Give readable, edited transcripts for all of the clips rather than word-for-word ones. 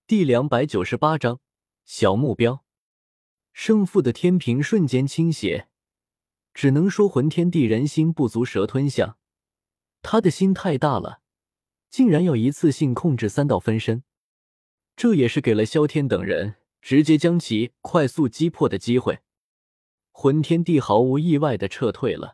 第298章小目标。胜负的天平瞬间倾斜，只能说魂天帝人心不足蛇吞象，他的心太大了，竟然要一次性控制3道分身，这也是给了萧天等人直接将其快速击破的机会。魂天帝毫无意外地撤退了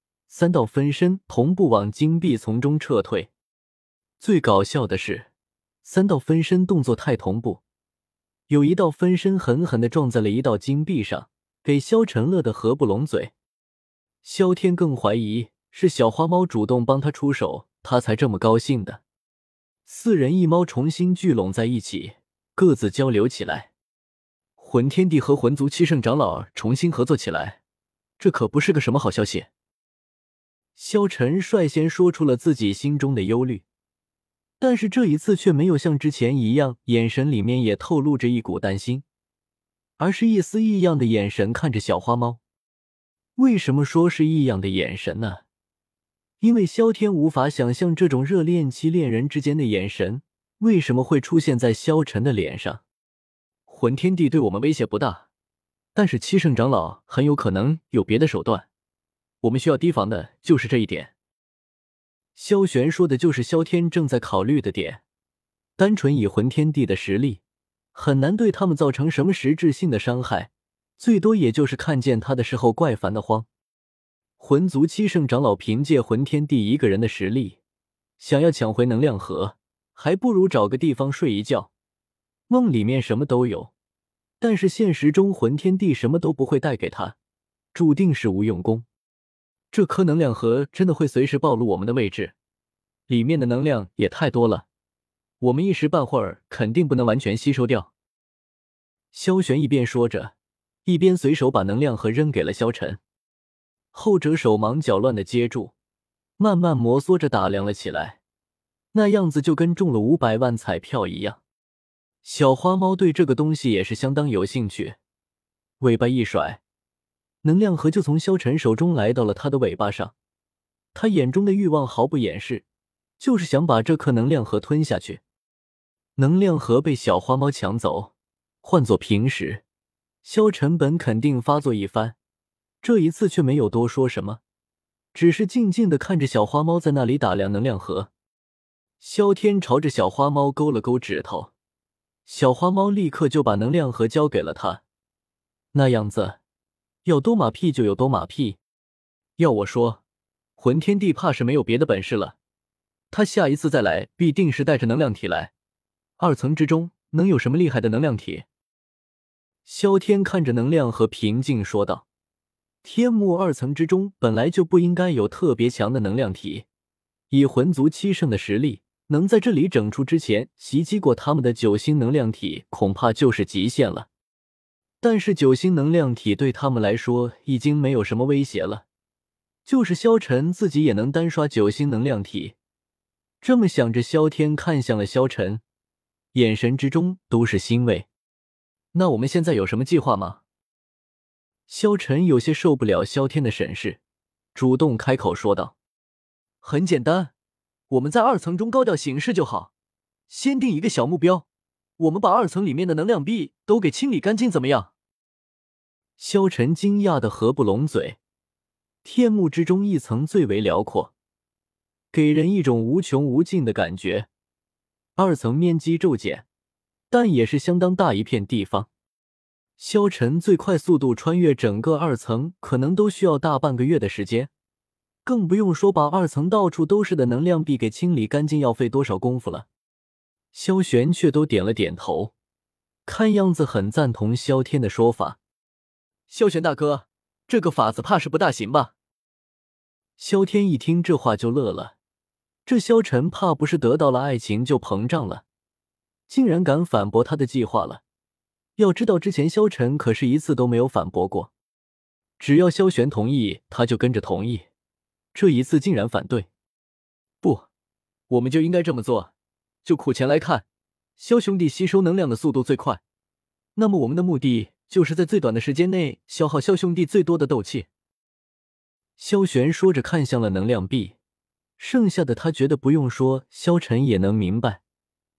，3道分身同步往金币丛中撤退。最搞笑的是，3道分身动作太同步，有一道分身狠狠地撞在了一道金币上，给萧晨乐得合不拢嘴。萧天更怀疑是小花猫主动帮他出手，他才这么高兴的。4人一猫重新聚拢在一起，各自交流起来。魂天帝和魂族七圣长老重新合作起来，这可不是个什么好消息。萧晨率先说出了自己心中的忧虑，但是这一次却没有像之前一样，眼神里面也透露着一股担心，而是一丝异样的眼神看着小花猫。为什么说是异样的眼神呢？因为萧天无法想象这种热恋期恋人之间的眼神为什么会出现在萧晨的脸上。魂天帝对我们威胁不大，但是七圣长老很有可能有别的手段，我们需要提防的就是这一点。萧玄说的就是萧天正在考虑的点，单纯以魂天帝的实力，很难对他们造成什么实质性的伤害，最多也就是看见他的时候怪烦的慌。魂族七圣长老凭借魂天帝一个人的实力，想要抢回能量核，还不如找个地方睡一觉，梦里面什么都有，但是现实中魂天帝什么都不会带给他，注定是无用功。这颗能量核真的会随时暴露我们的位置，里面的能量也太多了，我们一时半会儿肯定不能完全吸收掉。萧玄一边说着，一边随手把能量核扔给了萧晨，后者手忙脚乱地接住，慢慢摩挲着打量了起来，那样子就跟中了500万彩票一样。小花猫对这个东西也是相当有兴趣，尾巴一甩，能量核就从萧晨手中来到了他的尾巴上，他眼中的欲望毫不掩饰，就是想把这颗能量核吞下去。能量核被小花猫抢走，换作平时，萧晨本肯定发作一番，这一次却没有多说什么，只是静静地看着小花猫在那里打量能量核。萧天朝着小花猫勾了勾指头，小花猫立刻就把能量核交给了他，那样子要多马屁就有多马屁。要我说，魂天帝怕是没有别的本事了，他下一次再来必定是带着能量体来，2层之中能有什么厉害的能量体？萧天看着能量核平静说道，天幕2层之中本来就不应该有特别强的能量体，以魂族7圣的实力，能在这里整出之前袭击过他们的9星能量体恐怕就是极限了。但是9星能量体对他们来说已经没有什么威胁了，就是萧晨自己也能单刷9星能量体。这么想着，萧天看向了萧晨，眼神之中都是欣慰。那我们现在有什么计划吗？萧晨有些受不了萧天的审视，主动开口说道。很简单，我们在2层中高调行事就好，先定一个小目标，我们把2层里面的能量币都给清理干净怎么样？萧晨惊讶的合不拢嘴，天幕之中1层最为辽阔，给人一种无穷无尽的感觉。2层面积骤减，但也是相当大一片地方。萧晨最快速度穿越整个2层可能都需要大半个月的时间，更不用说把2层到处都是的能量币给清理干净要费多少功夫了。萧玄却都点了点头，看样子很赞同萧天的说法。萧玄大哥，这个法子怕是不大行吧？萧天一听这话就乐了，这萧晨怕不是得到了爱情就膨胀了，竟然敢反驳他的计划了。要知道之前萧晨可是一次都没有反驳过，只要萧玄同意他就跟着同意，这一次竟然反对。不，我们就应该这么做，就苦钱来看，萧兄弟吸收能量的速度最快，那么我们的目的就是在最短的时间内消耗萧兄弟最多的斗气。萧玄说着看向了能量币，剩下的他觉得不用说，萧晨也能明白。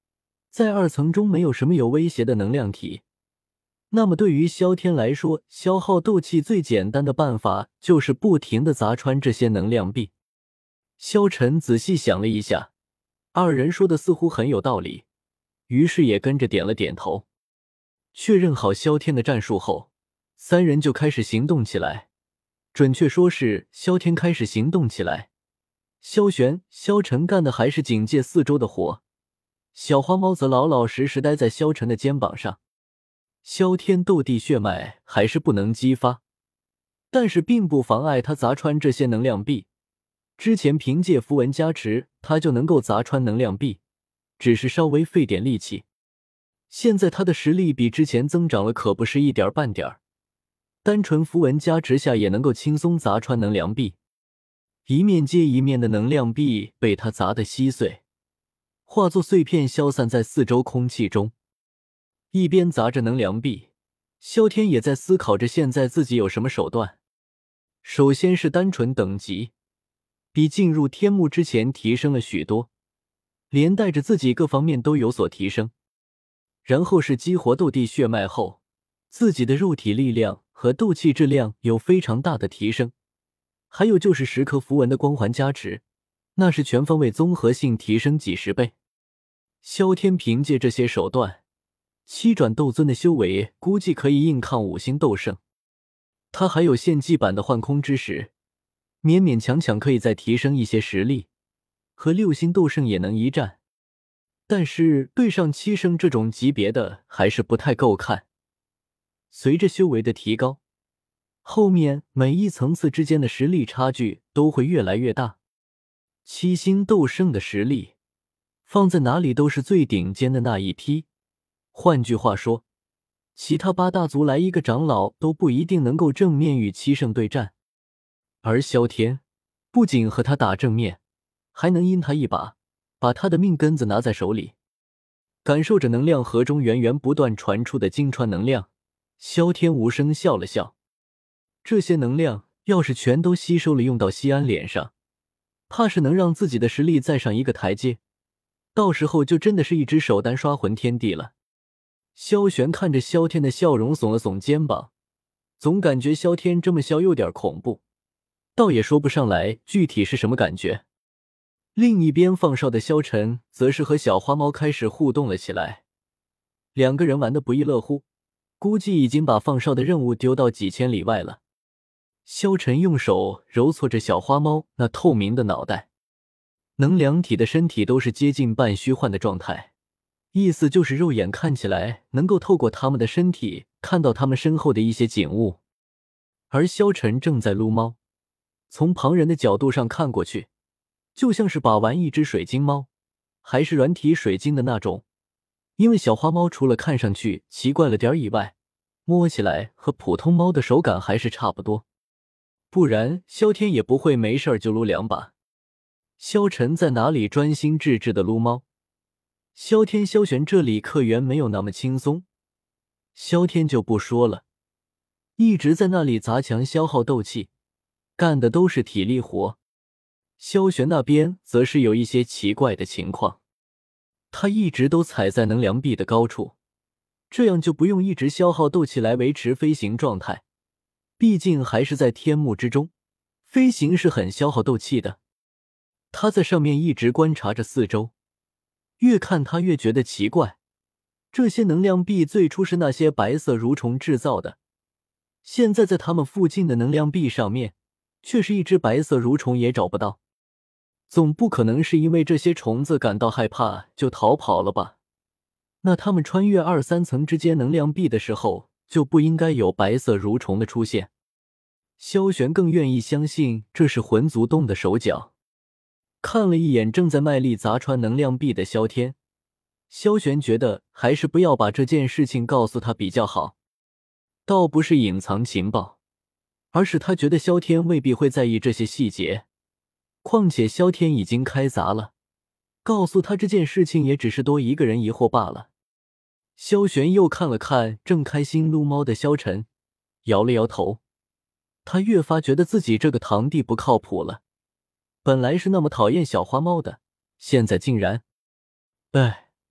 在2层中没有什么有威胁的能量体，那么对于萧天来说，消耗斗气最简单的办法就是不停地砸穿这些能量壁。萧晨仔细想了一下，二人说的似乎很有道理，于是也跟着点了点头。确认好萧天的战术后，三人就开始行动起来，准确说是萧天开始行动起来。萧玄、萧晨干的还是警戒四周的活，小花猫则老老实实待在萧晨的肩膀上。萧天斗帝血脉还是不能激发，但是并不妨碍他砸穿这些能量壁。之前凭借符文加持，他就能够砸穿能量壁，只是稍微费点力气。现在他的实力比之前增长了，可不是一点半点儿，单纯符文加持下也能够轻松砸穿能量壁。一面接一面的能量壁被他砸得稀碎，化作碎片消散在四周空气中。一边砸着能量壁，萧天也在思考着现在自己有什么手段。首先是单纯等级，比进入天幕之前提升了许多，连带着自己各方面都有所提升。然后是激活斗帝血脉后，自己的肉体力量和斗气质量有非常大的提升。还有就是10颗符文的光环加持，那是全方位综合性提升几十倍。萧天凭借这些手段，7转斗尊的修为估计可以硬抗5星斗圣。他还有献祭版的幻空之石，勉勉强强可以再提升一些实力，和6星斗圣也能一战。但是对上7圣这种级别的还是不太够看。随着修为的提高，后面每一层次之间的实力差距都会越来越大。7星斗圣的实力放在哪里都是最顶尖的那一批，换句话说，其他8大族来一个长老都不一定能够正面与7圣对战。而萧天不仅和他打正面，还能阴他一把，把他的命根子拿在手里。感受着能量河中源源不断传出的金川能量，萧天无声笑了笑。这些能量要是全都吸收了用到西安脸上，怕是能让自己的实力再上一个台阶，到时候就真的是一只手单刷魂天地了。萧玄看着萧天的笑容耸了耸肩膀，总感觉萧天这么笑有点恐怖，倒也说不上来具体是什么感觉。另一边放哨的萧晨则是和小花猫开始互动了起来，两个人玩得不亦乐乎，估计已经把放哨的任务丢到几千里外了。萧晨用手揉搓着小花猫那透明的脑袋，能量体的身体都是接近半虚幻的状态，意思就是肉眼看起来能够透过他们的身体看到他们身后的一些景物。而萧晨正在撸猫，从旁人的角度上看过去，就像是把玩一只水晶猫，还是软体水晶的那种。因为小花猫除了看上去奇怪了点以外，摸起来和普通猫的手感还是差不多，不然萧天也不会没事就撸2把。萧晨在哪里专心致志的撸猫，萧天萧玄这里客源没有那么轻松。萧天就不说了，一直在那里砸墙消耗斗气，干的都是体力活。萧玄那边则是有一些奇怪的情况，他一直都踩在能量壁的高处，这样就不用一直消耗斗气来维持飞行状态，毕竟还是在天幕之中，飞行是很消耗斗气的。他在上面一直观察着四周，越看他越觉得奇怪，这些能量壁最初是那些白色蠕虫制造的，现在在他们附近的能量壁上面却是一只白色蠕虫也找不到。总不可能是因为这些虫子感到害怕就逃跑了吧？那他们穿越2、3层之间能量壁的时候，就不应该有白色蠕虫的出现。萧玄更愿意相信这是魂族洞的手脚。看了一眼正在卖力砸穿能量壁的萧天，萧玄觉得还是不要把这件事情告诉他比较好。倒不是隐藏情报，而是他觉得萧天未必会在意这些细节。况且萧天已经开砸了，告诉他这件事情也只是多一个人疑惑罢了。萧玄又看了看正开心撸猫的萧晨，摇了摇头。他越发觉得自己这个堂弟不靠谱了，本来是那么讨厌小花猫的，现在竟然……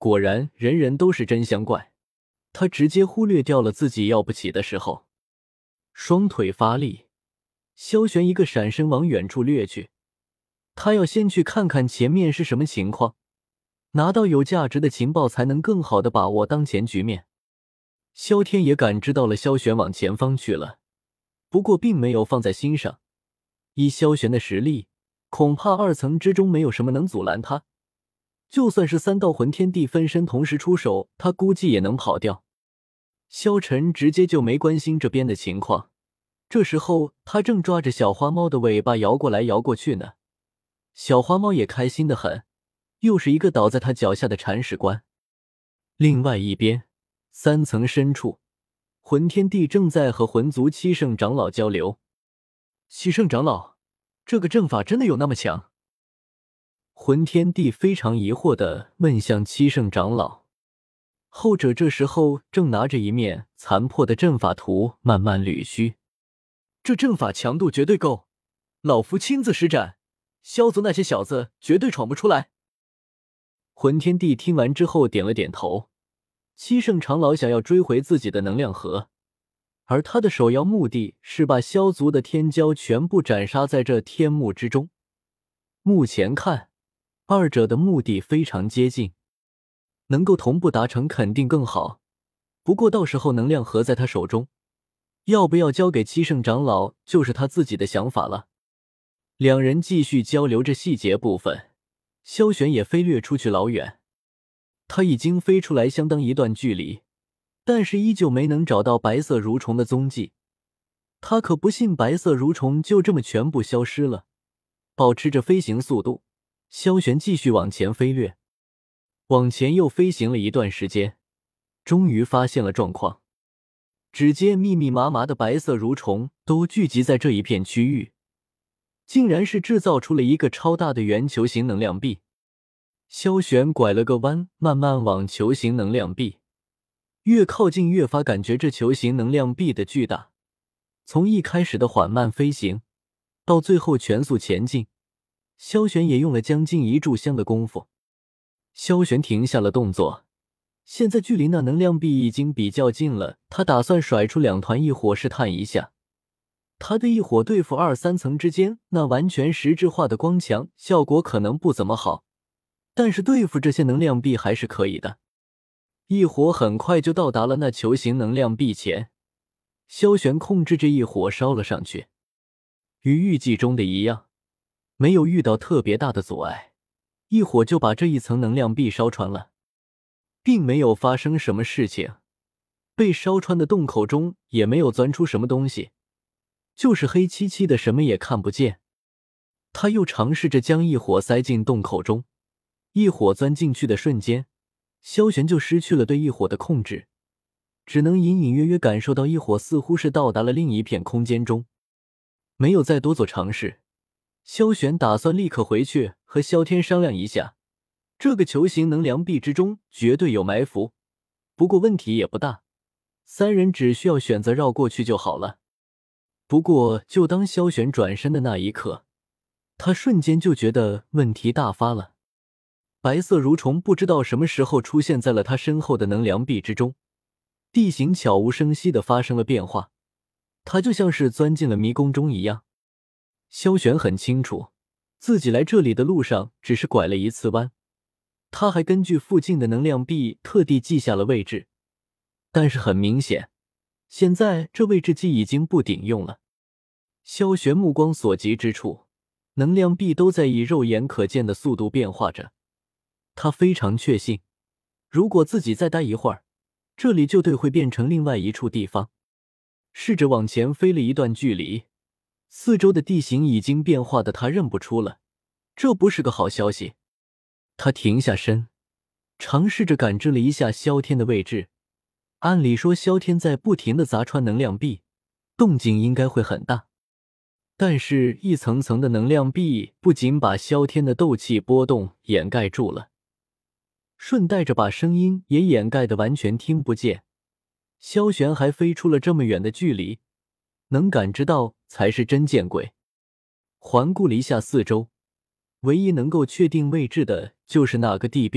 果然人人都是真香怪，他直接忽略掉了自己要不起的时候。双腿发力，萧玄一个闪身往远处掠去，他要先去看看前面是什么情况，拿到有价值的情报才能更好的把握当前局面。萧天也感知到了萧玄往前方去了，不过并没有放在心上，以萧玄的实力，恐怕2层之中没有什么能阻拦他，就算是3道魂天地分身同时出手，他估计也能跑掉。萧晨直接就没关心这边的情况，这时候他正抓着小花猫的尾巴摇过来摇过去呢，小花猫也开心得很，又是一个倒在他脚下的铲屎官。另外一边，3层深处，魂天帝正在和魂族七圣长老交流。七圣长老，这个阵法真的有那么强？魂天帝非常疑惑地问向七圣长老。后者这时候正拿着一面残破的阵法图慢慢捋须。这阵法强度绝对够，老夫亲自施展，萧族那些小子绝对闯不出来。魂天帝听完之后点了点头。七圣长老想要追回自己的能量核，而他的首要目的是把萧族的天骄全部斩杀在这天幕之中。目前看，二者的目的非常接近，能够同步达成肯定更好，不过到时候能量核在他手中，要不要交给七圣长老就是他自己的想法了。两人继续交流着细节部分，萧玄也飞掠出去老远。他已经飞出来相当一段距离，但是依旧没能找到白色蠕虫的踪迹。他可不信白色蠕虫就这么全部消失了。保持着飞行速度，萧玄继续往前飞掠。往前又飞行了一段时间，终于发现了状况。只见密密麻麻的白色蠕虫都聚集在这一片区域，竟然是制造出了一个超大的圆球形能量壁。萧玄拐了个弯，慢慢往球形能量壁。越靠近越发感觉这球形能量壁的巨大，从一开始的缓慢飞行，到最后全速前进，萧玄也用了将近1炷香的功夫。萧玄停下了动作，现在距离那能量壁已经比较近了，他打算甩出2团异火试探一下。他的异火对付2、3层之间那完全实质化的光墙效果可能不怎么好，但是对付这些能量壁还是可以的。异火很快就到达了那球形能量壁前，萧玄控制着异火烧了上去。与预计中的一样，没有遇到特别大的阻碍，一火就把这一层能量壁烧穿了，并没有发生什么事情。被烧穿的洞口中也没有钻出什么东西，就是黑漆漆的，什么也看不见。他又尝试着将异火塞进洞口中，异火钻进去的瞬间，萧玄就失去了对异火的控制，只能隐隐约约感受到异火似乎是到达了另一片空间中。没有再多做尝试，萧玄打算立刻回去和萧天商量一下，这个球形能量壁之中绝对有埋伏，不过问题也不大，3人只需要选择绕过去就好了。不过就当萧玄转身的那一刻，他瞬间就觉得问题大发了。白色蠕虫不知道什么时候出现在了他身后的能量壁之中，地形悄无声息地发生了变化，他就像是钻进了迷宫中一样。萧玄很清楚，自己来这里的路上只是拐了一次弯，他还根据附近的能量壁特地记下了位置，但是很明显，现在这位置记已经不顶用了。萧玄目光所及之处，能量壁都在以肉眼可见的速度变化着。他非常确信，如果自己再待一会儿，这里就会变成另外一处地方。试着往前飞了一段距离，四周的地形已经变化的他认不出了，这不是个好消息。他停下身，尝试着感知了一下萧天的位置。按理说萧天在不停地砸穿能量壁，动静应该会很大，但是一层层的能量壁不仅把萧天的斗气波动掩盖住了，顺带着把声音也掩盖得完全听不见。萧玄还飞出了这么远的距离，能感知到才是真见鬼。环顾了一下四周，唯一能够确定位置的就是那个地标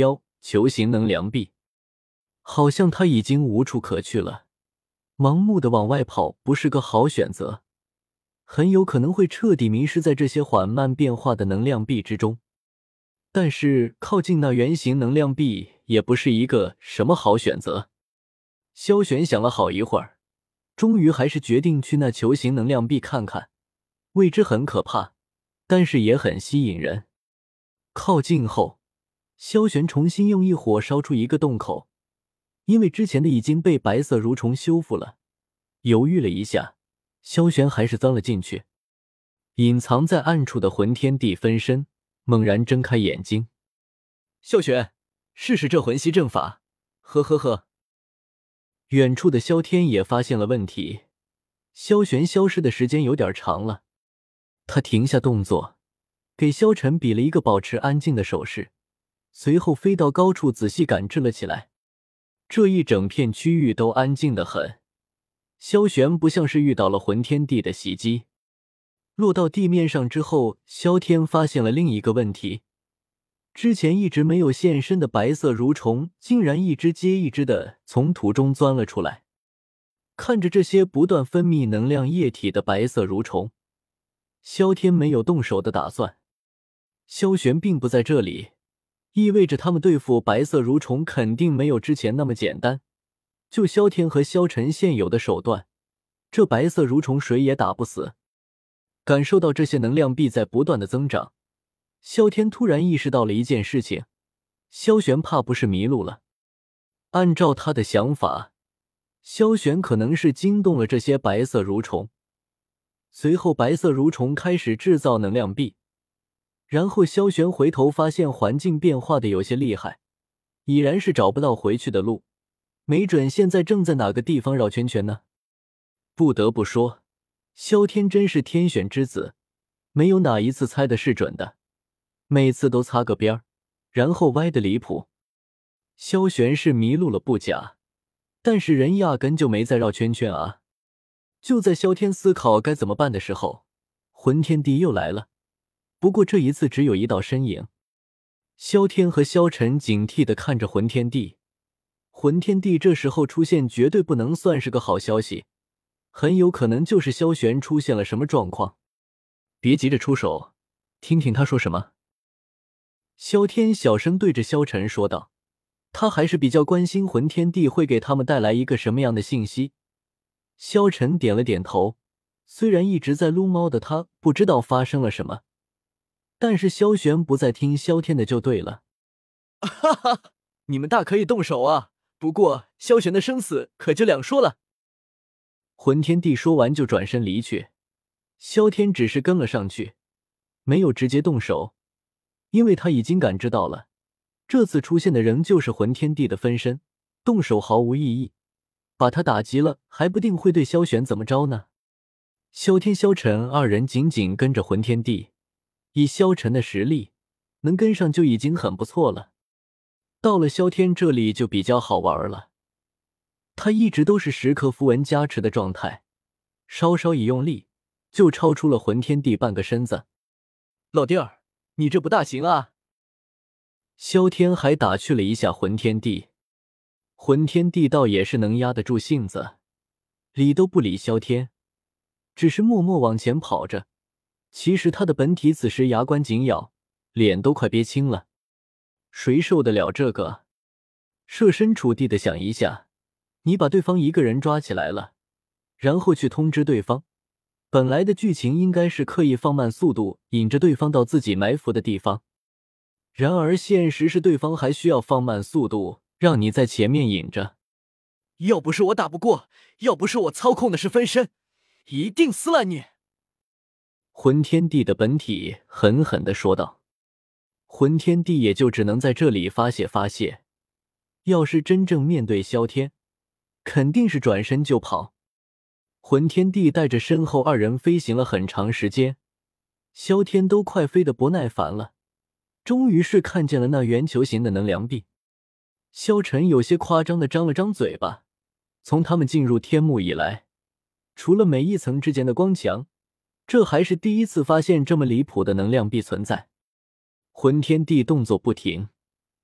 球形能量壁。好像他已经无处可去了，盲目的往外跑不是个好选择，很有可能会彻底迷失在这些缓慢变化的能量壁之中。但是靠近那圆形能量壁也不是一个什么好选择。萧玄想了好一会儿，终于还是决定去那球形能量壁看看。未知很可怕，但是也很吸引人。靠近后，萧玄重新用异火烧出一个洞口，因为之前的已经被白色蠕虫修复了。犹豫了一下，萧玄还是钻了进去。隐藏在暗处的魂天地分身猛然睁开眼睛。萧玄，试试这魂息阵法，呵呵呵。远处的萧天也发现了问题，萧玄消失的时间有点长了。他停下动作，给萧晨比了一个保持安静的手势，随后飞到高处仔细感知了起来。这一整片区域都安静得很，萧玄不像是遇到了魂天地的袭击。落到地面上之后，萧天发现了另一个问题，之前一直没有现身的白色蠕虫竟然一只接一只的从土中钻了出来。看着这些不断分泌能量液体的白色蠕虫，萧天没有动手的打算。萧玄并不在这里，意味着他们对付白色蠕虫肯定没有之前那么简单。就萧天和萧晨现有的手段，这白色蠕虫谁也打不死。感受到这些能量壁在不断的增长，萧天突然意识到了一件事情，萧玄怕不是迷路了。按照他的想法，萧玄可能是惊动了这些白色蠕虫，随后白色蠕虫开始制造能量壁，然后萧玄回头发现环境变化的有些厉害，已然是找不到回去的路，没准现在正在哪个地方绕圈圈呢。不得不说，萧天真是天选之子，没有哪一次猜的是准的，每次都擦个边儿，然后歪得离谱。萧玄是迷路了不假，但是人压根就没在绕圈圈啊。就在萧天思考该怎么办的时候，魂天帝又来了，不过这一次只有一道身影。萧天和萧晨警惕地看着魂天帝，魂天帝这时候出现绝对不能算是个好消息，很有可能就是萧玄出现了什么状况。别急着出手，听听他说什么。萧天小声对着萧晨说道，他还是比较关心魂天帝会给他们带来一个什么样的信息。萧晨点了点头，虽然一直在撸猫的他不知道发生了什么，但是萧玄不再听萧天的就对了。哈哈，你们大可以动手啊，不过萧玄的生死可就两说了。魂天帝说完就转身离去，萧天只是跟了上去，没有直接动手，因为他已经感知到了，这次出现的仍旧是魂天帝的分身，动手毫无意义，把他打急了还不定会对萧玄怎么着呢。萧天萧晨二人紧紧跟着魂天帝，以萧晨的实力能跟上就已经很不错了。到了萧天这里就比较好玩了，他一直都是时刻符文加持的状态，稍稍一用力就超出了魂天帝半个身子。老弟儿，你这不大行啊。萧天还打趣了一下魂天帝，魂天帝倒也是能压得住性子，理都不理萧天，只是默默往前跑着。其实他的本体此时牙关紧咬，脸都快憋青了，谁受得了这个？设身处地的想一下，你把对方一个人抓起来了，然后去通知对方，本来的剧情应该是刻意放慢速度，引着对方到自己埋伏的地方，然而现实是对方还需要放慢速度，让你在前面引着。要不是我打不过，要不是我操控的是分身，一定撕烂你！魂天帝的本体狠狠地说道。魂天帝也就只能在这里发泄发泄，要是真正面对萧天，肯定是转身就跑。魂天帝带着身后二人飞行了很长时间，萧天都快飞得不耐烦了，终于是看见了那圆球形的能量壁。萧晨有些夸张地张了张嘴巴，从他们进入天幕以来，除了每一层之间的光墙，这还是第一次发现这么离谱的能量壁存在。魂天帝动作不停，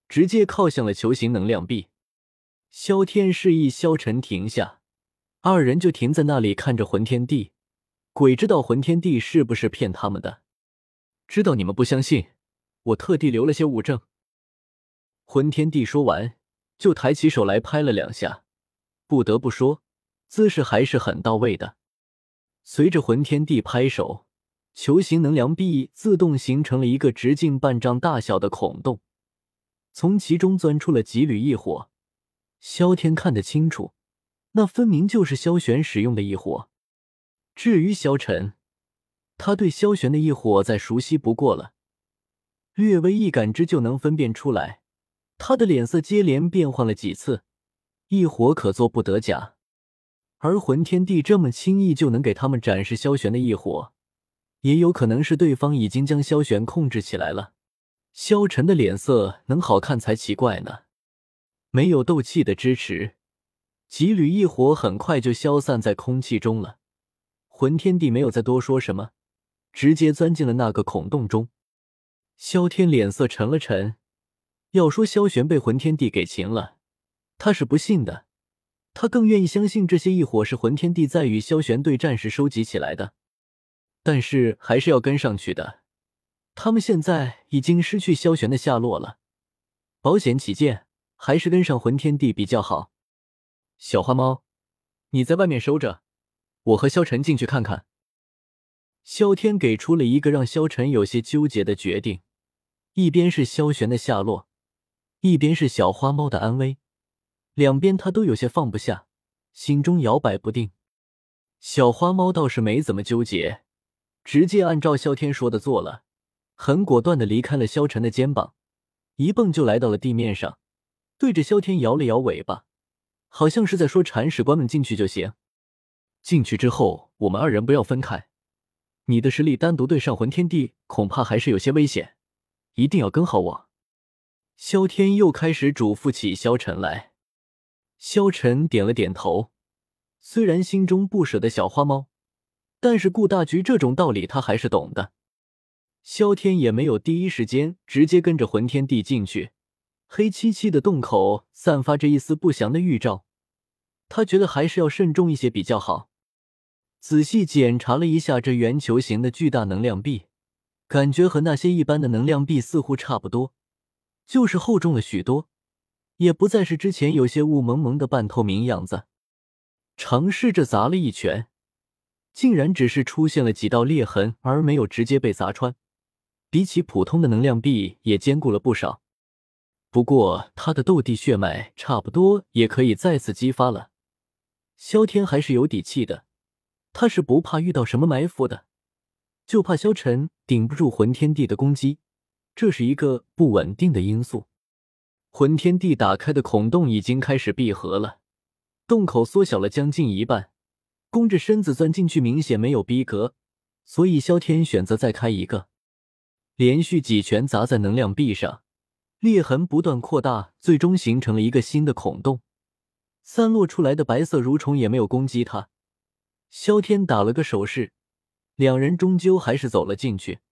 直接靠向了球形能量壁。萧天示意萧晨停下，二人就停在那里看着魂天帝。鬼知道魂天帝是不是骗他们的，知道你们不相信，我特地留了些物证。魂天帝说完，就抬起手来拍了两下，不得不说，姿势还是很到位的。随着魂天帝拍手，球形能量壁自动形成了一个直径半丈大小的孔洞，从其中钻出了几缕异火。萧天看得清楚，那分明就是萧玄使用的异火。至于萧晨，他对萧玄的异火再熟悉不过了，略微一感知就能分辨出来。他的脸色接连变换了几次，异火可做不得假。而魂天帝这么轻易就能给他们展示萧玄的异火，也有可能是对方已经将萧玄控制起来了。萧晨的脸色能好看才奇怪呢。没有斗气的支持，几缕异火很快就消散在空气中了。魂天帝没有再多说什么，直接钻进了那个孔洞中。萧天脸色沉了沉，要说萧玄被魂天帝给擒了，他是不信的。他更愿意相信这些异火是魂天帝在与萧玄对战时收集起来的，但是还是要跟上去的。他们现在已经失去萧玄的下落了，保险起见，还是跟上魂天帝比较好。小花猫，你在外面收着，我和萧晨进去看看。萧天给出了一个让萧晨有些纠结的决定，一边是萧玄的下落，一边是小花猫的安危，两边他都有些放不下，心中摇摆不定。小花猫倒是没怎么纠结，直接按照萧天说的做了，很果断地离开了萧晨的肩膀，一蹦就来到了地面上，对着萧天摇了摇尾巴，好像是在说铲屎官们进去就行。进去之后我们二人不要分开，你的实力单独对上魂天帝恐怕还是有些危险，一定要跟好我。萧天又开始嘱咐起萧晨来。萧晨点了点头，虽然心中不舍得小花猫，但是顾大局这种道理他还是懂的。萧天也没有第一时间直接跟着魂天帝进去，黑漆漆的洞口散发着一丝不祥的预兆，他觉得还是要慎重一些比较好。仔细检查了一下这圆球形的巨大能量壁，感觉和那些一般的能量壁似乎差不多，就是厚重了许多，也不再是之前有些雾蒙蒙的半透明样子。尝试着砸了一拳，竟然只是出现了几道裂痕，而没有直接被砸穿，比起普通的能量壁也坚固了不少。不过他的斗帝血脉差不多也可以再次激发了，萧天还是有底气的，他是不怕遇到什么埋伏的，就怕萧晨顶不住魂天帝的攻击，这是一个不稳定的因素。魂天帝打开的孔洞已经开始闭合了，洞口缩小了将近一半，弓着身子钻进去明显没有逼格，所以萧天选择再开一个。连续几拳砸在能量壁上，裂痕不断扩大，最终形成了一个新的孔洞。散落出来的白色蠕虫也没有攻击他。萧天打了个手势，两人终究还是走了进去。